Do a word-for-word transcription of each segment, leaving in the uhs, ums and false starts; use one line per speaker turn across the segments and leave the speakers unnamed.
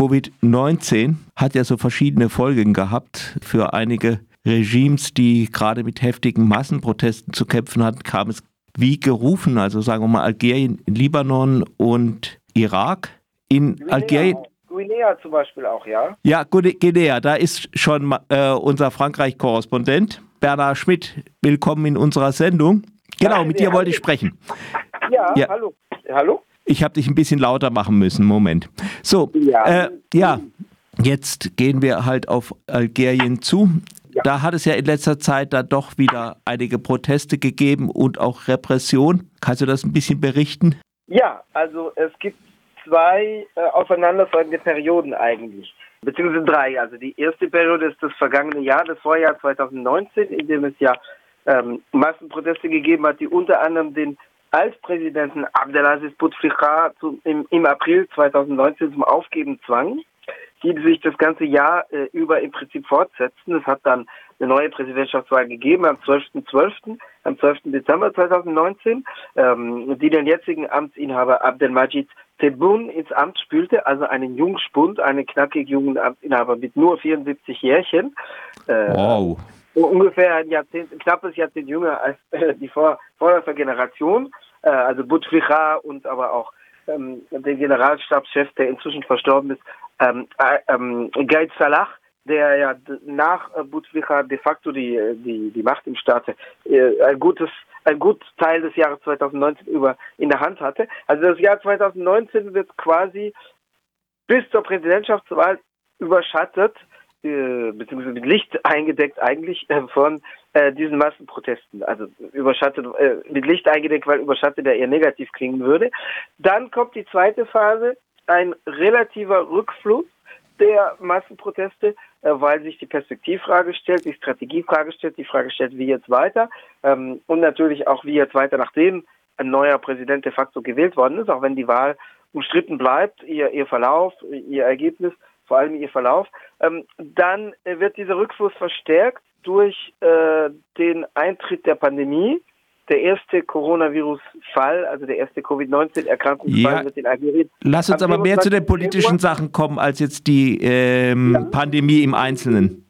Covid neunzehn hat ja so verschiedene Folgen gehabt. Für einige Regimes, die gerade mit heftigen Massenprotesten zu kämpfen hatten, kam es wie gerufen, also sagen wir mal Algerien, Libanon und Irak. In
Guinea,
Algerien...
Guinea zum Beispiel auch, ja?
Ja, Guinea, da ist schon äh, unser Frankreich-Korrespondent Bernhard Schmidt. Willkommen in unserer Sendung. Genau, mit dir wollte ich sprechen.
Ja, ja. hallo. Hallo?
Ich habe dich ein bisschen lauter machen müssen, Moment. So, ja, äh, ja. Jetzt gehen wir halt auf Algerien zu. Ja. Da hat es ja in letzter Zeit dann doch wieder einige Proteste gegeben und auch Repression. Kannst du das ein bisschen berichten?
Ja, also es gibt zwei äh, aufeinanderfolgende Perioden eigentlich, beziehungsweise drei. Also die erste Periode ist das vergangene Jahr, das Vorjahr zwanzig neunzehn, in dem es ja ähm, Massenproteste gegeben hat, die unter anderem den Altpräsidenten Abdelaziz Bouteflika im, im April zwanzig neunzehn zum Aufgeben zwang, die sich das ganze Jahr äh, über im Prinzip fortsetzten. Es hat dann eine neue Präsidentschaftswahl gegeben am zwölften zwölften, am zwölften Dezember zwanzig neunzehn, ähm, die den jetzigen Amtsinhaber Abdelmajid Tebboune ins Amt spülte, also einen Jungspund, einen knackig jungen Amtsinhaber mit nur vierundsiebzig Jährchen. Äh,
wow.
Ungefähr ein Jahrzehnt, ein knappes Jahrzehnt jünger als äh, die vor, vorderste Generation, äh, also Bouteflika und aber auch ähm, den Generalstabschef, der inzwischen verstorben ist, ähm, äh, ähm, Gaid Salah, der ja nach äh, Bouteflika de facto die, die, die Macht im Staate äh, ein gutes, ein gut Teil des Jahres zwanzig neunzehn über in der Hand hatte. Also das Jahr zwanzig neunzehn wird quasi bis zur Präsidentschaftswahl überschattet, äh, beziehungsweise mit Licht eingedeckt eigentlich äh, von äh, diesen Massenprotesten. Also überschattet, äh, mit Licht eingedeckt, weil überschattet ja eher negativ klingen würde. Dann kommt die zweite Phase, ein relativer Rückfluss der Massenproteste, äh, weil sich die Perspektivfrage stellt, die Strategiefrage stellt, die Frage stellt, wie jetzt weiter, ähm, und natürlich auch, wie jetzt weiter, nachdem ein neuer Präsident de facto gewählt worden ist, auch wenn die Wahl umstritten bleibt, ihr, ihr Verlauf, ihr Ergebnis, vor allem ihr Verlauf, ähm, dann äh, wird dieser Rückfluss verstärkt durch äh, den Eintritt der Pandemie. Der erste Coronavirus-Fall, also der erste Covid neunzehn Erkrankungsfall
ja,
wird in Algerien.
Lass uns aber mehr zu den politischen
Februar.
Sachen kommen, als jetzt die ähm, ja. Pandemie im Einzelnen.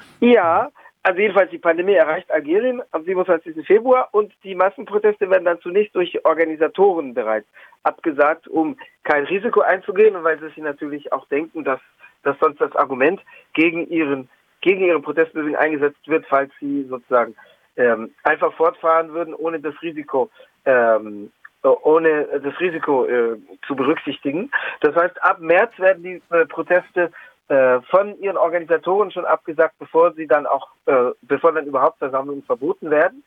Ja, also jedenfalls die Pandemie erreicht Algerien am siebenundzwanzigsten Februar und die Massenproteste werden dann zunächst durch Organisatoren bereits abgesagt, um kein Risiko einzugehen und weil sie sich natürlich auch denken, dass, dass sonst das Argument gegen ihren, gegen ihren Protestbewegung eingesetzt wird, falls sie sozusagen Ähm, einfach fortfahren würden, ohne das Risiko, ähm, ohne das Risiko äh, zu berücksichtigen. Das heißt, ab März werden die äh, Proteste äh, von ihren Organisatoren schon abgesagt, bevor sie dann auch, äh, bevor dann überhaupt Versammlungen verboten werden.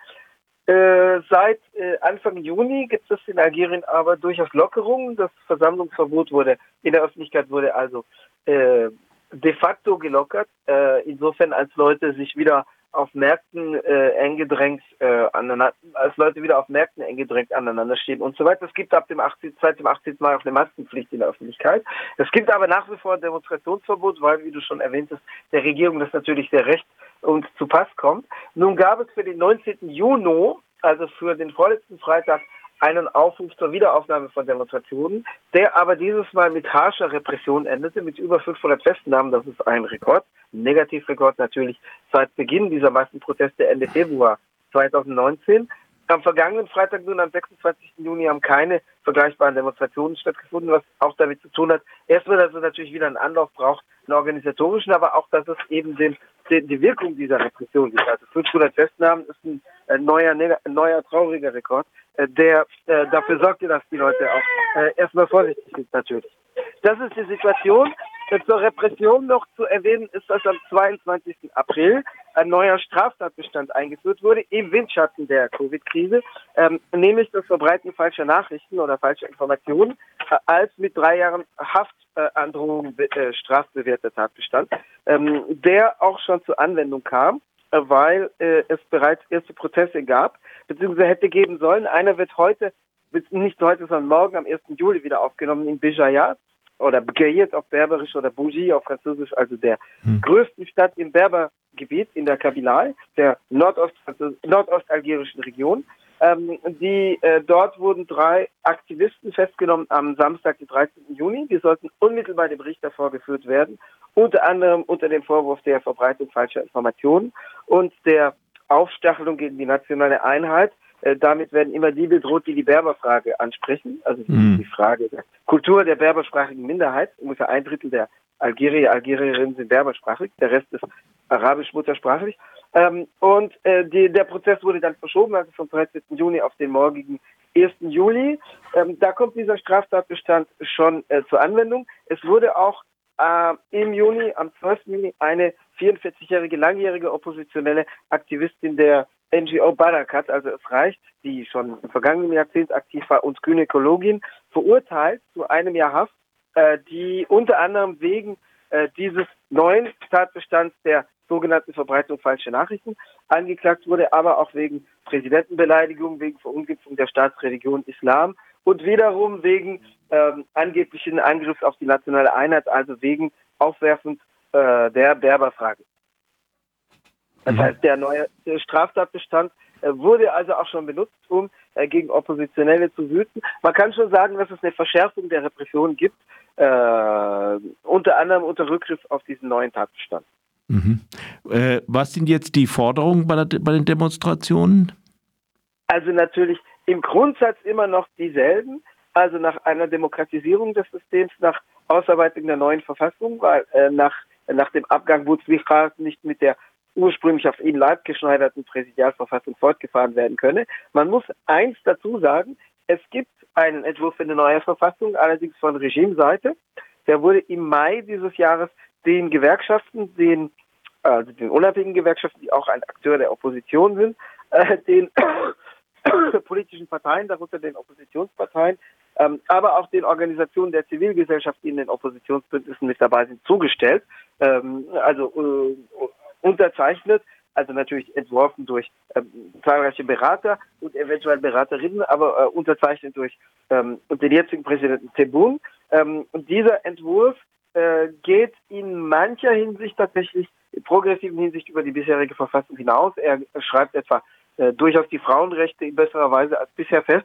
Äh, seit äh, Anfang Juni gibt es in Algerien aber durchaus Lockerungen. Das Versammlungsverbot wurde in der Öffentlichkeit wurde also äh, de facto gelockert, äh, insofern als Leute sich wieder auf Märkten äh, eng gedrängt, äh, aneinander, als Leute wieder auf Märkten eng gedrängt aneinander stehen und so weiter. Es gibt ab dem achtzehnten seit dem achtzehnten Mai auch eine Maskenpflicht in der Öffentlichkeit. Es gibt aber nach wie vor ein Demonstrationsverbot, weil, wie du schon erwähnt hast, der Regierung das natürlich sehr recht und zu Pass kommt. Nun gab es für den neunzehnten Juni, also für den vorletzten Freitag, einen Aufruf zur Wiederaufnahme von Demonstrationen, der aber dieses Mal mit harscher Repression endete, mit über fünfhundert Festnahmen. Das ist ein Rekord, ein Negativrekord natürlich seit Beginn dieser Massenproteste Ende Februar zwanzig neunzehn. Am vergangenen Freitag nun, am sechsundzwanzigsten Juni, haben keine vergleichbaren Demonstrationen stattgefunden, was auch damit zu tun hat, erstmal, dass es natürlich wieder einen Anlauf braucht, einen organisatorischen, aber auch, dass es eben den, den, die Wirkung dieser Repression gibt. Also fünfhundert Festnahmen ist ein, ein, neuer, ein neuer, trauriger Rekord, äh, der äh, dafür sorgte, dass die Leute auch äh, erstmal vorsichtig sind natürlich. Das ist die Situation. Zur Repression noch zu erwähnen ist, dass am zweiundzwanzigsten April ein neuer Straftatbestand eingeführt wurde im Windschatten der Covid-Krise, ähm, nämlich das Verbreiten falscher Nachrichten oder falscher Informationen äh, als mit drei Jahren Haftandrohung äh, strafbewährter Tatbestand, ähm, der auch schon zur Anwendung kam, äh, weil äh, es bereits erste Prozesse gab, beziehungsweise hätte geben sollen. Einer wird heute, nicht heute, sondern morgen am ersten Juli wieder aufgenommen in Béjaïa, oder Bgayet auf Berberisch oder Bougie auf Französisch, also der hm. größten Stadt im Berbergebiet, in der Kabyle, der Nordost, also nordostalgerischen Region. Ähm, die, äh, dort wurden drei Aktivisten festgenommen am Samstag, den dreizehnten Juni. Die sollten unmittelbar dem Richter vorgeführt werden, unter anderem unter dem Vorwurf der Verbreitung falscher Informationen und der Aufstachelung gegen die nationale Einheit. Äh, damit werden immer die bedroht, die die Berberfrage ansprechen, also die, mhm. die Frage der Kultur der berbersprachigen Minderheit. Ungefähr ein Drittel der Algerier, Algerierinnen sind berbersprachig, der Rest ist arabisch muttersprachlich. Ähm, und äh, die, der Prozess wurde dann verschoben, also vom dreizehnten Juni auf den morgigen ersten Juli. Ähm, da kommt dieser Straftatbestand schon äh, zur Anwendung. Es wurde auch äh, im Juni, am zwölften Juni, eine vierundvierzigjährige langjährige oppositionelle Aktivistin der N G O Barakat, also es reicht, die schon im vergangenen Jahrzehnt aktiv war und Gynäkologin, verurteilt zu einem Jahr Haft, äh, die unter anderem wegen äh, dieses neuen Tatbestands der sogenannten Verbreitung falscher Nachrichten angeklagt wurde, aber auch wegen Präsidentenbeleidigung, wegen Verunglimpfung der Staatsreligion Islam und wiederum wegen ähm, angeblichen Angriffs auf die nationale Einheit, also wegen Aufwerfens äh, der Berberfrage. Das heißt, der neue Straftatbestand äh, wurde also auch schon benutzt, um äh, gegen Oppositionelle zu wüten. Man kann schon sagen, dass es eine Verschärfung der Repression gibt, äh, unter anderem unter Rückgriff auf diesen neuen Tatbestand.
Mhm. Äh, was sind jetzt die Forderungen bei, der, bei den Demonstrationen?
Also natürlich im Grundsatz immer noch dieselben, also nach einer Demokratisierung des Systems, nach Ausarbeitung der neuen Verfassung, weil äh, nach, nach dem Abgang Bouteflika nicht mit der ursprünglich auf ihn Leib geschneiderten Präsidialverfassung fortgefahren werden könne. Man muss eins dazu sagen, es gibt einen Entwurf für eine neue Verfassung, allerdings von Regimeseite. Der wurde im Mai dieses Jahres den Gewerkschaften, den, also den unabhängigen Gewerkschaften, die auch ein Akteur der Opposition sind, äh, den politischen Parteien, darunter den Oppositionsparteien, ähm, aber auch den Organisationen der Zivilgesellschaft, die in den Oppositionsbündnissen mit dabei sind, zugestellt. Ähm, also äh, unterzeichnet, also natürlich entworfen durch ähm, zahlreiche Berater und eventuell Beraterinnen, aber äh, unterzeichnet durch ähm, den jetzigen Präsidenten Tebboune. Ähm, und dieser Entwurf äh, geht in mancher Hinsicht tatsächlich, in progressiven Hinsicht über die bisherige Verfassung hinaus. Er schreibt etwa äh, durchaus die Frauenrechte in besserer Weise als bisher fest.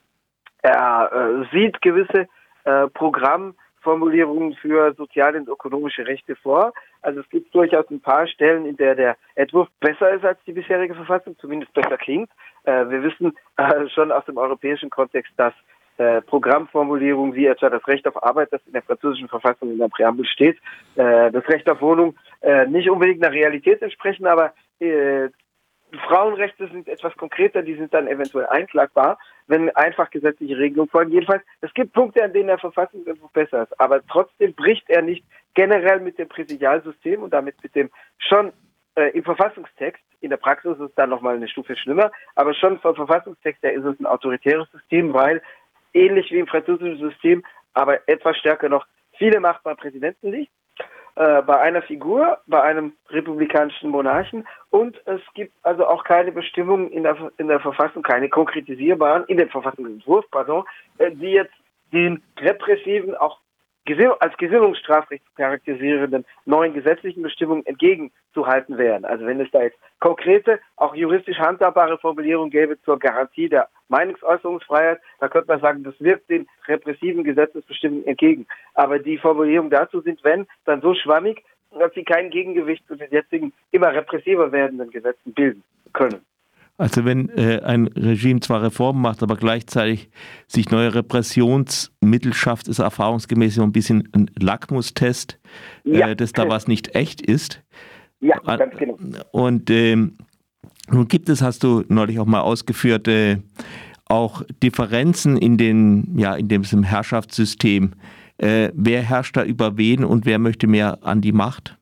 Er äh, sieht gewisse äh, Programmformulierungen für soziale und ökonomische Rechte vor. Also es gibt durchaus ein paar Stellen, in der der Entwurf besser ist als die bisherige Verfassung, zumindest besser klingt. Äh, wir wissen äh, schon aus dem europäischen Kontext, dass äh, Programmformulierungen wie etwa das Recht auf Arbeit, das in der französischen Verfassung in der Präambel steht, äh, das Recht auf Wohnung äh, nicht unbedingt einer Realität entsprechen, aber äh, Frauenrechte sind etwas konkreter, die sind dann eventuell einklagbar, wenn einfach gesetzliche Regelungen folgen. Jedenfalls, es gibt Punkte, an denen der Verfassungsentwurf besser ist, aber trotzdem bricht er nicht generell mit dem Präsidialsystem und damit mit dem schon äh, im Verfassungstext, in der Praxis ist es dann nochmal eine Stufe schlimmer, aber schon vom Verfassungstext her ist es ein autoritäres System, weil ähnlich wie im französischen System, aber etwas stärker noch viele Macht beim Präsidenten liegt. Bei einer Figur, bei einem republikanischen Monarchen und es gibt also auch keine Bestimmungen in der, in der Verfassung, keine konkretisierbaren, in dem Verfassungsentwurf, pardon, die jetzt den repressiven, auch als Gesinnungsstrafrecht charakterisierenden neuen gesetzlichen Bestimmungen entgegenzuhalten wären. Also wenn es da jetzt konkrete, auch juristisch handhabbare Formulierungen gäbe zur Garantie der Meinungsäußerungsfreiheit, da könnte man sagen, das wirkt den repressiven Gesetzesbestimmungen entgegen. Aber die Formulierungen dazu sind, wenn, dann so schwammig, dass sie kein Gegengewicht zu den jetzigen immer repressiver werdenden Gesetzen bilden können.
Also wenn äh, ein Regime zwar Reformen macht, aber gleichzeitig sich neue Repressionsmittel schafft, ist erfahrungsgemäß so ein bisschen ein Lackmustest, ja. äh, dass da was nicht echt ist.
Ja, ganz genau.
Und ähm, nun gibt es, hast du neulich auch mal ausgeführt, äh, auch Differenzen in, den, ja, in diesem Herrschaftssystem. Äh, wer herrscht da über wen und wer möchte mehr an die Macht?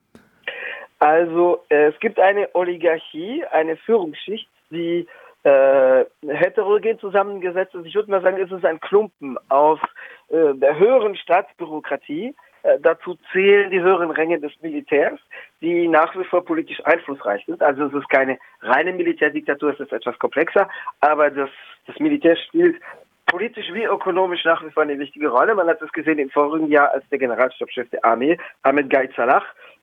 Also äh, es gibt eine Oligarchie, eine Führungsschicht, die äh, heterogen zusammengesetzt ist. Ich würde mal sagen, es ist ein Klumpen aus äh, der höheren Staatsbürokratie. Äh, dazu zählen die höheren Ränge des Militärs, die nach wie vor politisch einflussreich sind. Also es ist keine reine Militärdiktatur, es ist etwas komplexer, aber das, das Militär spielt politisch wie ökonomisch nach wie vor eine wichtige Rolle. Man hat das gesehen im vorigen Jahr, als der Generalstabschef der Armee, Ahmed Gaid Salah,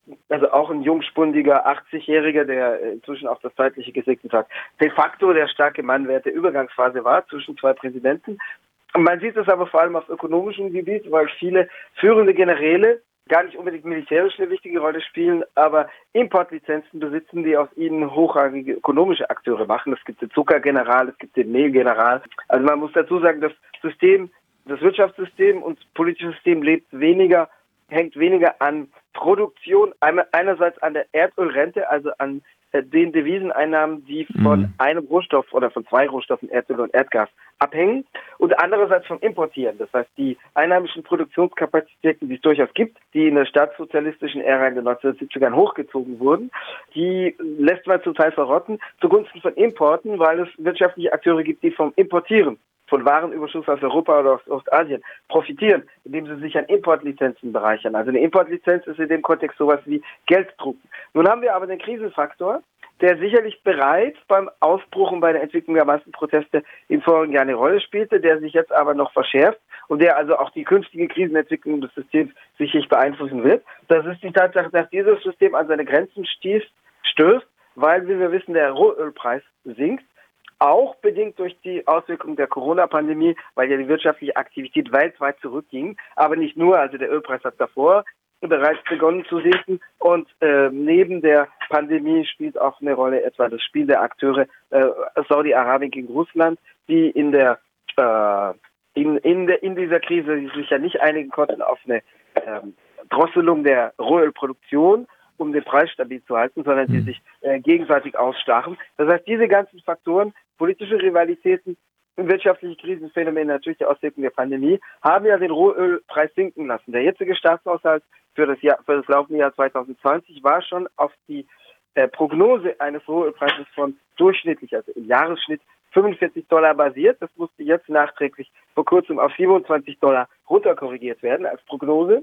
also auch ein jungspundiger achtzigjähriger, der inzwischen auch das Zeitliche gesegnet hat, de facto der starke Mann während der Übergangsphase war zwischen zwei Präsidenten. Und man sieht es aber vor allem auf ökonomischem Gebiet, weil viele führende Generäle gar nicht unbedingt militärisch eine wichtige Rolle spielen, aber Importlizenzen besitzen, die aus ihnen hochrangige ökonomische Akteure machen. Es gibt den Zuckergeneral, es gibt den Mehlgeneral. Also man muss dazu sagen, das System, das Wirtschaftssystem und das politische System lebt weniger, hängt weniger an Produktion, einerseits an der Erdölrente, also an den Deviseneinnahmen, die von mhm. einem Rohstoff oder von zwei Rohstoffen, Erdöl und Erdgas, abhängen und andererseits vom Importieren. Das heißt, die einheimischen Produktionskapazitäten, die es durchaus gibt, die in der staatssozialistischen Ära in den neunzehnhundertsiebzigern hochgezogen wurden, die lässt man zum Teil verrotten zugunsten von Importen, weil es wirtschaftliche Akteure gibt, die vom Importieren von Warenüberschuss aus Europa oder aus Ostasien profitieren, indem sie sich an Importlizenzen bereichern. Also eine Importlizenz ist in dem Kontext sowas wie Gelddrucken. Nun haben wir aber den Krisenfaktor, der sicherlich bereits beim Ausbruch und bei der Entwicklung der Massenproteste im vorigen Jahr eine Rolle spielte, der sich jetzt aber noch verschärft und der also auch die künftige Krisenentwicklung des Systems sicherlich beeinflussen wird. Das ist die Tatsache, dass dieses System an seine Grenzen stieß, stößt, weil, wie wir wissen, der Rohölpreis sinkt. Auch bedingt durch die Auswirkungen der Corona-Pandemie, weil ja die wirtschaftliche Aktivität weltweit zurückging. Aber nicht nur, also der Ölpreis hat davor bereits begonnen zu sinken. Und äh, neben der Pandemie spielt auch eine Rolle etwa das Spiel der Akteure äh, Saudi-Arabien gegen Russland, die in der, äh, in, in, der in dieser Krise sich ja nicht einigen konnten auf eine äh, Drosselung der Rohölproduktion, um den Preis stabil zu halten, sondern die sich äh, gegenseitig ausstachen. Das heißt, diese ganzen Faktoren, politische Rivalitäten, wirtschaftliche Krisenphänomene, natürlich die Auswirkungen der Pandemie, haben ja den Rohölpreis sinken lassen. Der jetzige Staatshaushalt für das Jahr, für das laufende Jahr zwanzig zwanzig war schon auf die äh, Prognose eines Rohölpreises von durchschnittlich, also im Jahresschnitt, fünfundvierzig Dollar basiert. Das musste jetzt nachträglich vor kurzem auf siebenundzwanzig Dollar runterkorrigiert werden als Prognose.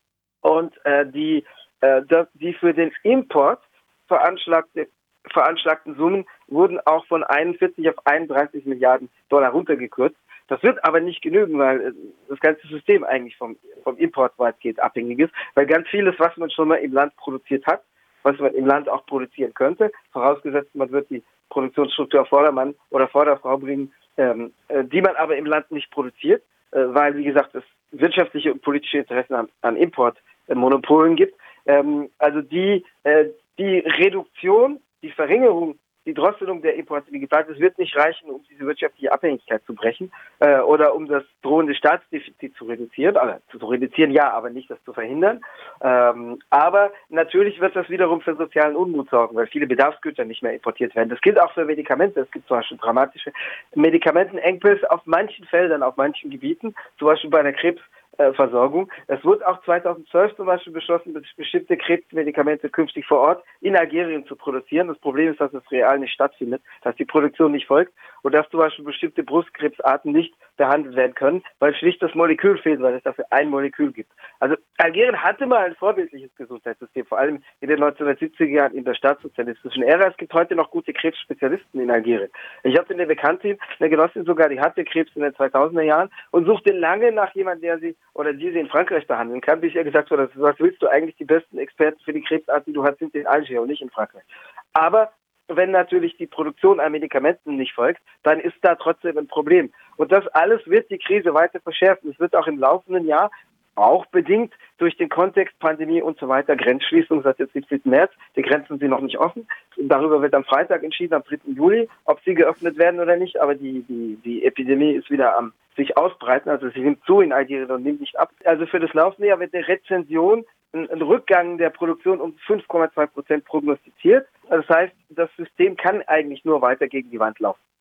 Und äh, die äh, die für den Import veranschlagte, veranschlagten Summen wurden auch von einundvierzig auf einunddreißig Milliarden Dollar runtergekürzt. Das wird aber nicht genügen, weil das ganze System eigentlich vom, vom Import weitgehend abhängig ist, weil ganz vieles, was man schon mal im Land produziert hat, was man im Land auch produzieren könnte, vorausgesetzt man wird die Produktionsstruktur auf Vordermann oder Vorderfrau bringen, ähm, äh, die man aber im Land nicht produziert, äh, weil, wie gesagt, es wirtschaftliche und politische Interessen an, an Importmonopolen gibt. Ähm, also die, äh, die Reduktion, die Verringerung, die Drosselung der Importe, wie gesagt, es wird nicht reichen, um diese wirtschaftliche Abhängigkeit zu brechen äh, oder um das drohende Staatsdefizit zu reduzieren. Also zu reduzieren ja, aber nicht das zu verhindern. Ähm, aber natürlich wird das wiederum für sozialen Unmut sorgen, weil viele Bedarfsgüter nicht mehr importiert werden. Das gilt auch für Medikamente. Es gibt zum Beispiel dramatische Medikamentenengpässe auf manchen Feldern, auf manchen Gebieten, zum Beispiel bei der Krebs. Versorgung. Es wurde auch zweitausendzwölf zum Beispiel beschlossen, bestimmte Krebsmedikamente künftig vor Ort in Algerien zu produzieren. Das Problem ist, dass es real nicht stattfindet, dass die Produktion nicht folgt und dass zum Beispiel bestimmte Brustkrebsarten nicht behandelt werden können, weil schlicht das Molekül fehlt, weil es dafür ein Molekül gibt. Also Algerien hatte mal ein vorbildliches Gesundheitssystem, vor allem in den neunzehnhundertsiebziger Jahren in der staatssozialistischen Ära. Es gibt heute noch gute Krebsspezialisten in Algerien. Ich habe eine Bekanntin, eine Genossin sogar, die hatte Krebs in den zweitausender Jahren und suchte lange nach jemandem, der sie oder die sie in Frankreich behandeln kann, bis ihr gesagt wurde, was willst du eigentlich, die besten Experten für die Krebsart, die du hast, sind in Algier und nicht in Frankreich. Aber wenn natürlich die Produktion an Medikamenten nicht folgt, dann ist da trotzdem ein Problem. Und das alles wird die Krise weiter verschärfen. Es wird auch im laufenden Jahr, auch bedingt durch den Kontext Pandemie und so weiter, Grenzschließung seit dem siebzehnten März, die Grenzen sind noch nicht offen. Darüber wird am Freitag entschieden, am dritten Juli, ob sie geöffnet werden oder nicht. Aber die, die, die Epidemie ist wieder am sich ausbreiten, also sie nimmt zu in Algerien und nimmt nicht ab. Also für das laufende Jahr wird eine Rezension, ein, ein Rückgang der Produktion um fünf Komma zwei Prozent prognostiziert. Das heißt, das System kann eigentlich nur weiter gegen die Wand laufen.